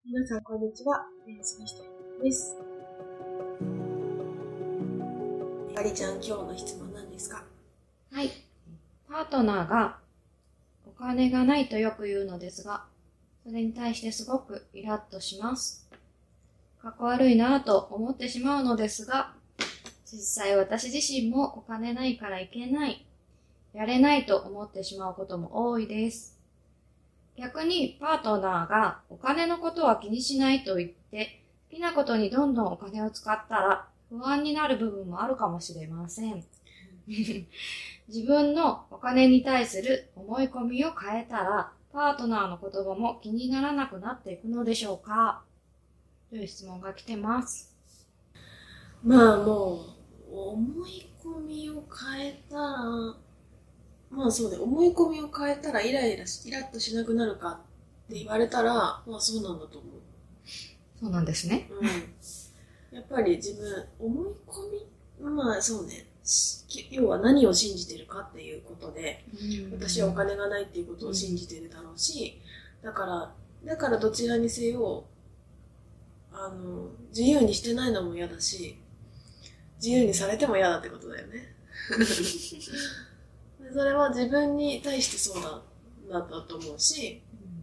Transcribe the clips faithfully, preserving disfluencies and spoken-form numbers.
皆さんこんにちは、えー、杉下です。ありちゃん、今日の質問何ですか？ はい。パートナーがお金がないとよく言うのですが、それに対してすごくイラッとします。かっこ悪いなぁと思ってしまうのですが、実際私自身もお金ないからいけない、やれないと思ってしまうことも多いです。逆にパートナーがお金のことは気にしないと言って、好きなことにどんどんお金を使ったら不安になる部分もあるかもしれません。自分のお金に対する思い込みを変えたら、パートナーの言葉も気にならなくなっていくのでしょうか？という質問が来てます。 まあもう、思い込みを変えたら、まあそうね、思い込みを変えたらイライラし、イラッとしなくなるかって言われたら、まあそうなんだと思う。 そうなんですね。 うん。やっぱり自分、思い込みまあそうね。要は何を信じてるかっていうことで、私はお金がないっていうことを信じてるだろうし、だから、だからどちらにせよ、あの、自由にしてないのも嫌だし、自由にされても嫌だってことだよね。それは自分に対してそうだ、だったと思うし、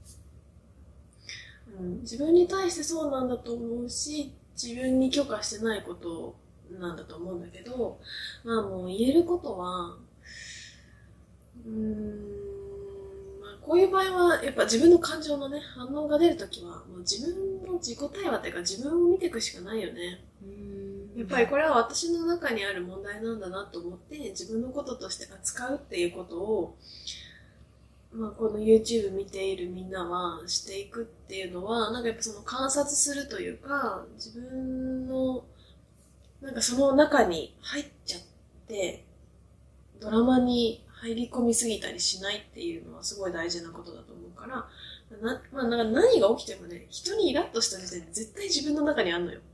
うん、自分に対してそうなんだと思うし、自分に許可してないことなんだと思うんだけど、まあもう言えることは、うーん、まあこういう場合はやっぱ自分の感情のね、反応が出るときは、もう自分の自己対話っていうか自分を見ていくしかないよね。やっぱりこれは私の中にある問題なんだなと思って自分のこととして扱うっていうことを、まあ、この YouTube 見ているみんなはしていくっていうのはなんかやっぱその観察するというか自分のなんかその中に入っちゃってドラマに入り込みすぎたりしないっていうのはすごい大事なことだと思うからな、まあ、なんか何が起きてもね人にイラッとした時点で絶対自分の中にあんのよ。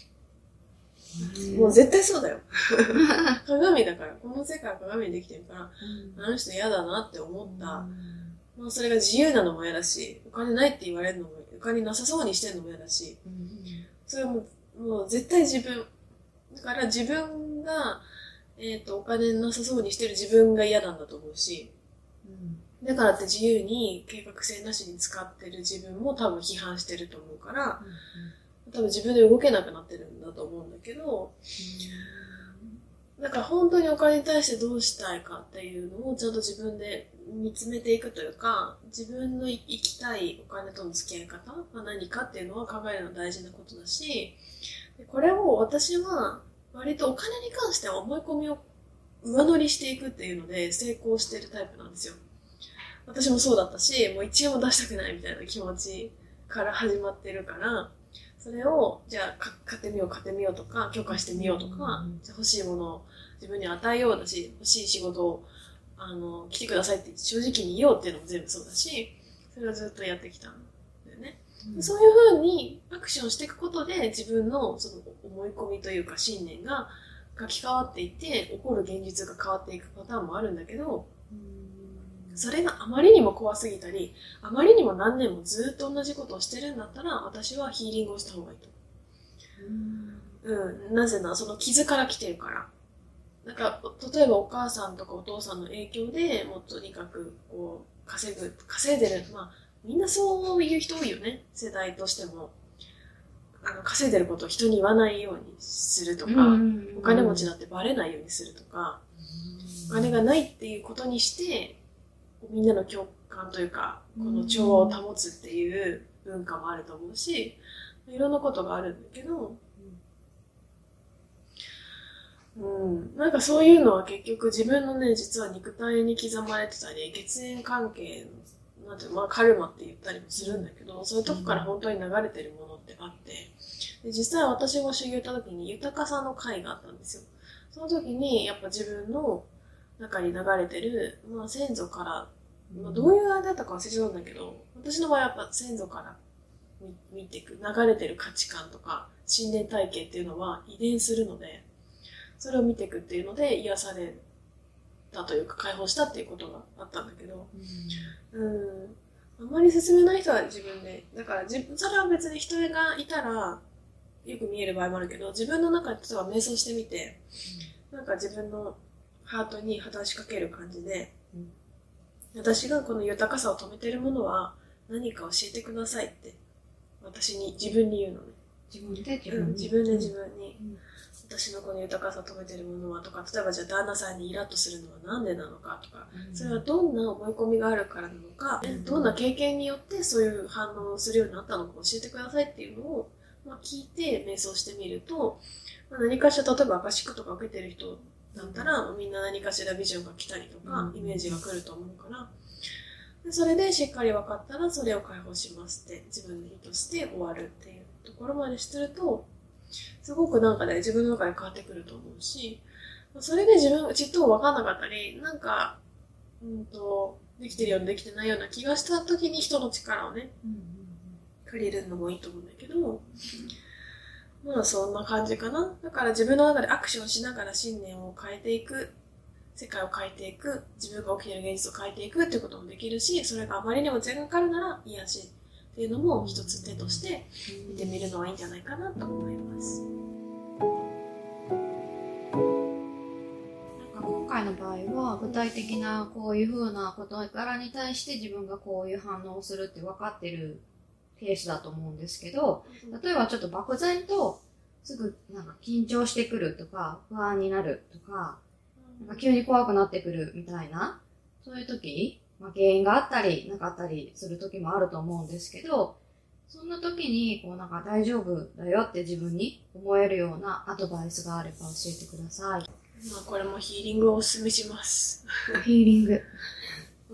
もう絶対そうだよ。鏡だから。この世界は鏡にできてるから、あの人嫌だなって思った。まあそれが自由なのも嫌だし、お金ないって言われるのも、お金なさそうにしてるのも嫌だし、それはもう、もう絶対自分。だから自分が、えっと、お金なさそうにしてる自分が嫌なんだと思うし、だからって自由に計画性なしに使ってる自分も多分批判してると思うから、多分自分で動けなくなってるんだと思うんだけど、だから本当にお金に対してどうしたいかっていうのをちゃんと自分で見つめていくというか、自分の生きたいお金との付き合い方が何かっていうのは考えるのが大事なことだし、これを私は割とお金に関しては思い込みを上乗りしていくっていうので成功してるタイプなんですよ。私もそうだったし、もういちえんも出したくないみたいな気持ちから始まってるから、それを、じゃあ、買ってみよう、買ってみようとか、許可してみようとか、じゃあ欲しいものを自分に与えようだし、欲しい仕事を、あの、来てくださいって正直に言おうっていうのも全部そうだし、それをずっとやってきたんだよね。うん、そういう風にアクションしていくことで、自分のその思い込みというか信念が書き換わっていって、起こる現実が変わっていくパターンもあるんだけど、それがあまりにも怖すぎたり、あまりにも何年もずっと同じことをしてるんだったら、私はヒーリングをした方がいいと。うん、うん、なぜな、その傷から来てるから。なんか、例えばお母さんとかお父さんの影響で、もうとにかく、こう、稼ぐ、稼いでる。まあ、みんなそういう人多いよね。世代としても。あの、稼いでることを人に言わないようにするとか、お金持ちだってバレないようにするとか、お金がないっていうことにして、みんなの共感というか、この調和を保つっていう文化もあると思うし、いろんなことがあるんだけど、うん、なんかそういうのは結局自分のね、実は肉体に刻まれてたり、血縁関係の、なんていうの、まあカルマって言ったりもするんだけど、そういうとこから本当に流れてるものってあって、で実際私が修行行った時に豊かさの会があったんですよ。その時にやっぱ自分の中に流れてる、まあ先祖から、まあ、どういうあれだったか忘れちゃうんだけど、私の場合はやっぱ先祖から見ていく、流れてる価値観とか、信念体系っていうのは遺伝するので、それを見ていくっていうので癒されたというか解放したっていうことがあったんだけど、うん、 あまり進めない人は自分で。だから自分、それは別に人がいたら、よく見える場合もあるけど、自分の中で例えば瞑想してみて、うん、なんか自分のハートに話しかける感じで、うん、私がこの豊かさを止めているものは何か教えてくださいって、私に、自分に言うのね。 自分で自分に、うん、 自分で自分に、うん、私のこの豊かさを止めているものはとか、例えばじゃあ旦那さんにイラッとするのはなんでなのかとか、うん、それはどんな思い込みがあるからなのか、うん、どんな経験によってそういう反応をするようになったのか教えてくださいっていうのを、まあ、聞いて瞑想してみると、まあ、何かしら例えばアカシックとか受けてる人だったら、うん、みんな何かしらビジョンが来たりとか、うん、イメージが来ると思うから、でそれでしっかり分かったらそれを解放しますって自分で意図して終わるっていうところまですると、すごくなんかね、自分の中で変わってくると思うし、それで自分がちっとも分かんなかったり、なんか、うんと、できてるようなできてないような気がした時に人の力をね、うんうんうん、借りるのもいいと思うんだけど、うん、まあそんな感じかな。だから自分の中でアクションしながら信念を変えていく、世界を変えていく、自分が起きている現実を変えていくっていうこともできるし、それがあまりにも時間がかかるなら癒しっていうのも一つ手として見てみるのはいいんじゃないかなと思います。 なんか今回の場合は具体的なこういうふうな事柄に対して自分がこういう反応をするって分かってるケースだと思うんですけど、例えばちょっと漠然とすぐなんか緊張してくるとか不安になるとか、なんか急に怖くなってくるみたいな、そういう時、まあ、原因があったりなかったりする時もあると思うんですけど、そんな時にこうなんか大丈夫だよって自分に思えるようなアドバイスがあれば教えてください。 まあこれもヒーリングをお勧めします。 ヒーリング。 う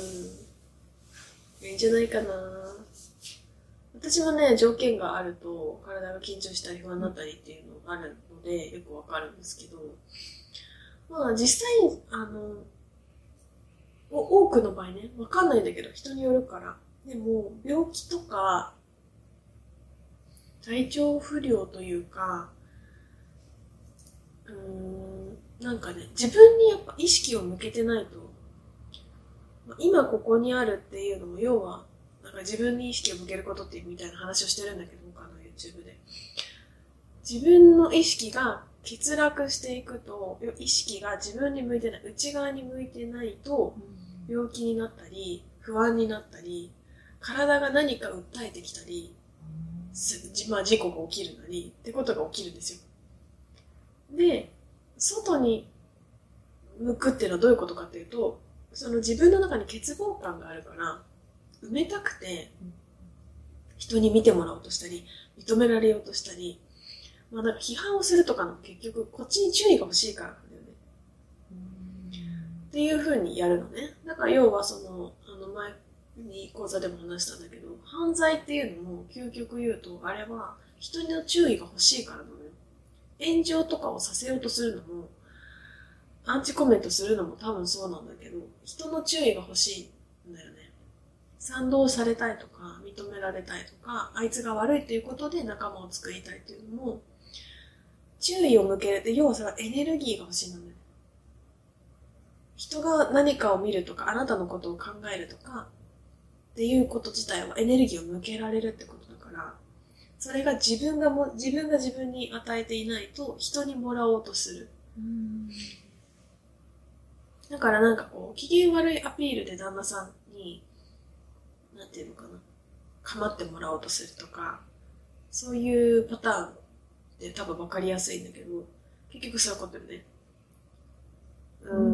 ーん。いいんじゃないかな。私もね、条件があると体が緊張したり不安になったりっていうのがあるのでよくわかるんですけど、まあ実際、あの、多くの場合ね、わかんないんだけど人によるから。でも、病気とか、体調不良というか、うーん、なんかね、自分にやっぱ意識を向けてないと、今ここにあるっていうのも、要は、なんか自分に意識を向けることっていうみたいな話をしてるんだけど、他の YouTube で。自分の意識が欠落していくと、意識が自分に向いてない、内側に向いてないと、病気になったり、不安になったり、体が何か訴えてきたり、まあ、事故が起きるなりってことが起きるんですよ。で、外に向くっていうのはどういうことかっていうと、その自分の中に欠乏感があるから埋めたくて人に見てもらおうとしたり認められようとしたり、まあなんか批判をするとかの結局こっちに注意が欲しいからなんだよね。っていう風にやるのね。だから要はそのあの前に講座でも話したんだけど、犯罪っていうのも究極言うとあれは人の注意が欲しいからなのよ。炎上とかをさせようとするのもアンチコメントするのも多分そうなんだけど、人の注意が欲しいんだよね。賛同されたいとか認められたいとか、あいつが悪いっていうことで仲間を作りたいっていうのも注意を向けるって、要はそれはエネルギーが欲しいんだよね。人が何かを見るとかあなたのことを考えるとかっていうこと自体はエネルギーを向けられるってことだから、それが自分がも自分が自分に与えていないと人にもらおうとする。うーん、だからなんかこう機嫌悪いアピールで旦那さんになんていうのかな、構ってもらおうとするとか、そういうパターンって多分分かりやすいんだけど、結局そういうことよね。うん、うん、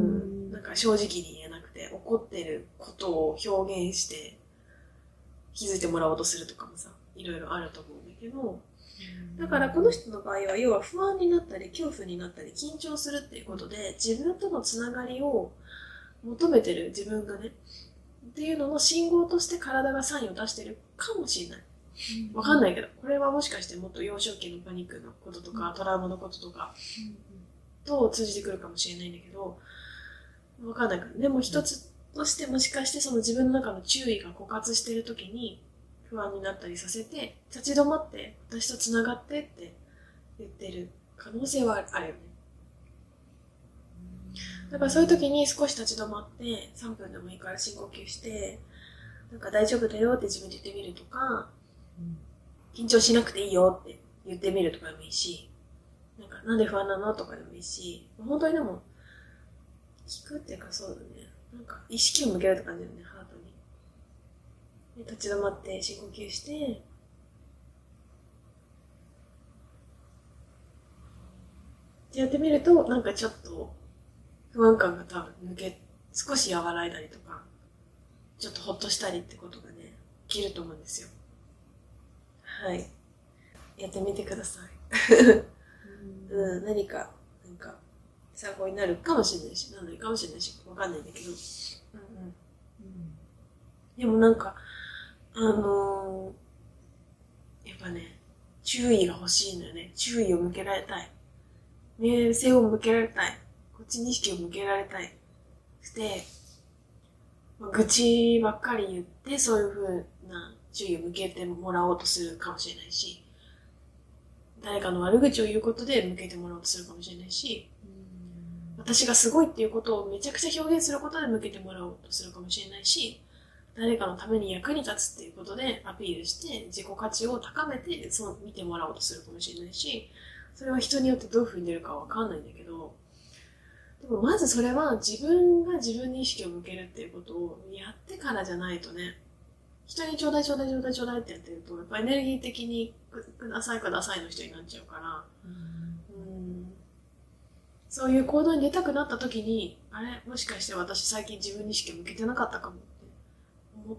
なんか正直に言えなくて怒ってることを表現して気づいてもらおうとするとかもさ、いろいろあると思うんだけど、だからこの人の場合は要は不安になったり恐怖になったり緊張するっていうことで自分とのつながりを求めてる自分がねっていうのの信号として体がサインを出してるかもしれない。わかんないけど、これはもしかしてもっと幼少期のパニックのこととかトラウマのこととかと通じてくるかもしれないんだけど、わかんないから。でも一つとしてもしかしてその自分の中の注意が枯渇してる時に不安になったりさせて、立ち止まって私とつながってって言ってる可能性はあるよね。だからそういう時に少し立ち止まってさんぷんでもいいから深呼吸して、 なんか大丈夫だよって自分で言ってみるとか、緊張しなくていいよって言ってみるとかでもいいし、なんかなんで不安なのとかでもいいし、本当にでも、聞くっていうかそうだね。なんか意識を向けるって感じだよね、ハートに。で立ち止まって深呼吸して、ってやってみると、なんかちょっと不安感が多分抜け、少し和らいだりとか、ちょっとほっとしたりってことがね、起きると思うんですよ。はい。やってみてください。うん、何か、なんか、参考になるかもしれないし、なんないかもしれないし、わかんないんだけど。うんうん、でもなんか、あのー、やっぱね、注意が欲しいのよね。注意を向けられたい。目線を向けられたい。こっちに意識を向けられたい。して、まあ、愚痴ばっかり言って、そういう風な注意を向けてもらおうとするかもしれないし、誰かの悪口を言うことで向けてもらおうとするかもしれないし、私がすごいっていうことをめちゃくちゃ表現することで向けてもらおうとするかもしれないし、誰かのために役に立つっていうことでアピールして自己価値を高めてそう見てもらおうとするかもしれないし、それは人によってどういう風に出るかわかんないんだけど、でもまずそれは自分が自分に意識を向けるっていうことをやってからじゃないとね、人にちょうだいちょうだいちょうだいちょうだいってやってると、やっぱエネルギー的にくださいくださいの人になっちゃうから、うん、そういう行動に出たくなった時に、あれもしかして私最近自分に意識を向けてなかったかもって思って、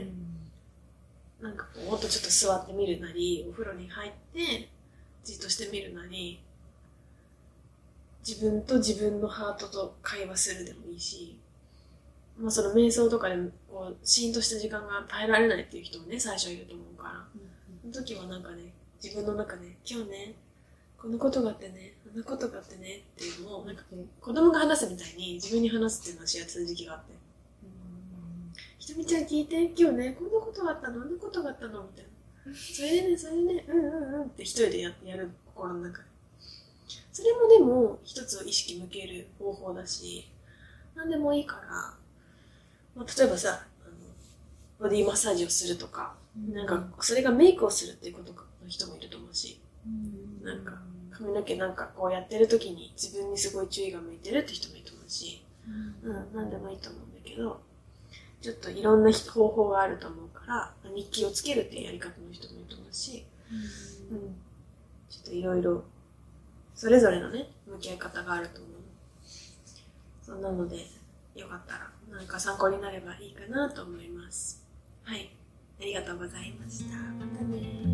うん、なんかこうもっとちょっと座ってみるなり、お風呂に入ってじっとしてみるなり、自分と自分のハートと会話するでもいいし、まあその瞑想とかでこうシーンとした時間が耐えられないっていう人もね、最初いると思うから、うん、その時はなんかね、自分の中で、今日ね、こんなことがあってね、あんなことがあってねっていうのを、なんか子供が話すみたいに自分に話すっていうのをやってた時期があって、ひとみちゃん聞いて、今日ね、こんなことがあったの、あんなことがあったのみたいな。それでね、それでね、うんうんうんって一人で や, やる心の中で。それもでも一つを意識向ける方法だし、なんでもいいから、まあ、例えばさ、あのボディマッサージをするとか、うん、なんかそれがメイクをするっていうことの人もいると思うし、うん、なんか髪の毛なんかこうやってる時に自分にすごい注意が向いてるって人もいると思うし、うん、うん、なんでもいいと思うんだけど、ちょっといろんな方法があると思うから、日記をつけるっていうやり方の人もいると思うし、うん、うん、ちょっといろいろそれぞれのね、向き合い方があると思う。そんなので、よかったら、なんか参考になればいいかなと思います。はい。ありがとうございました。またね。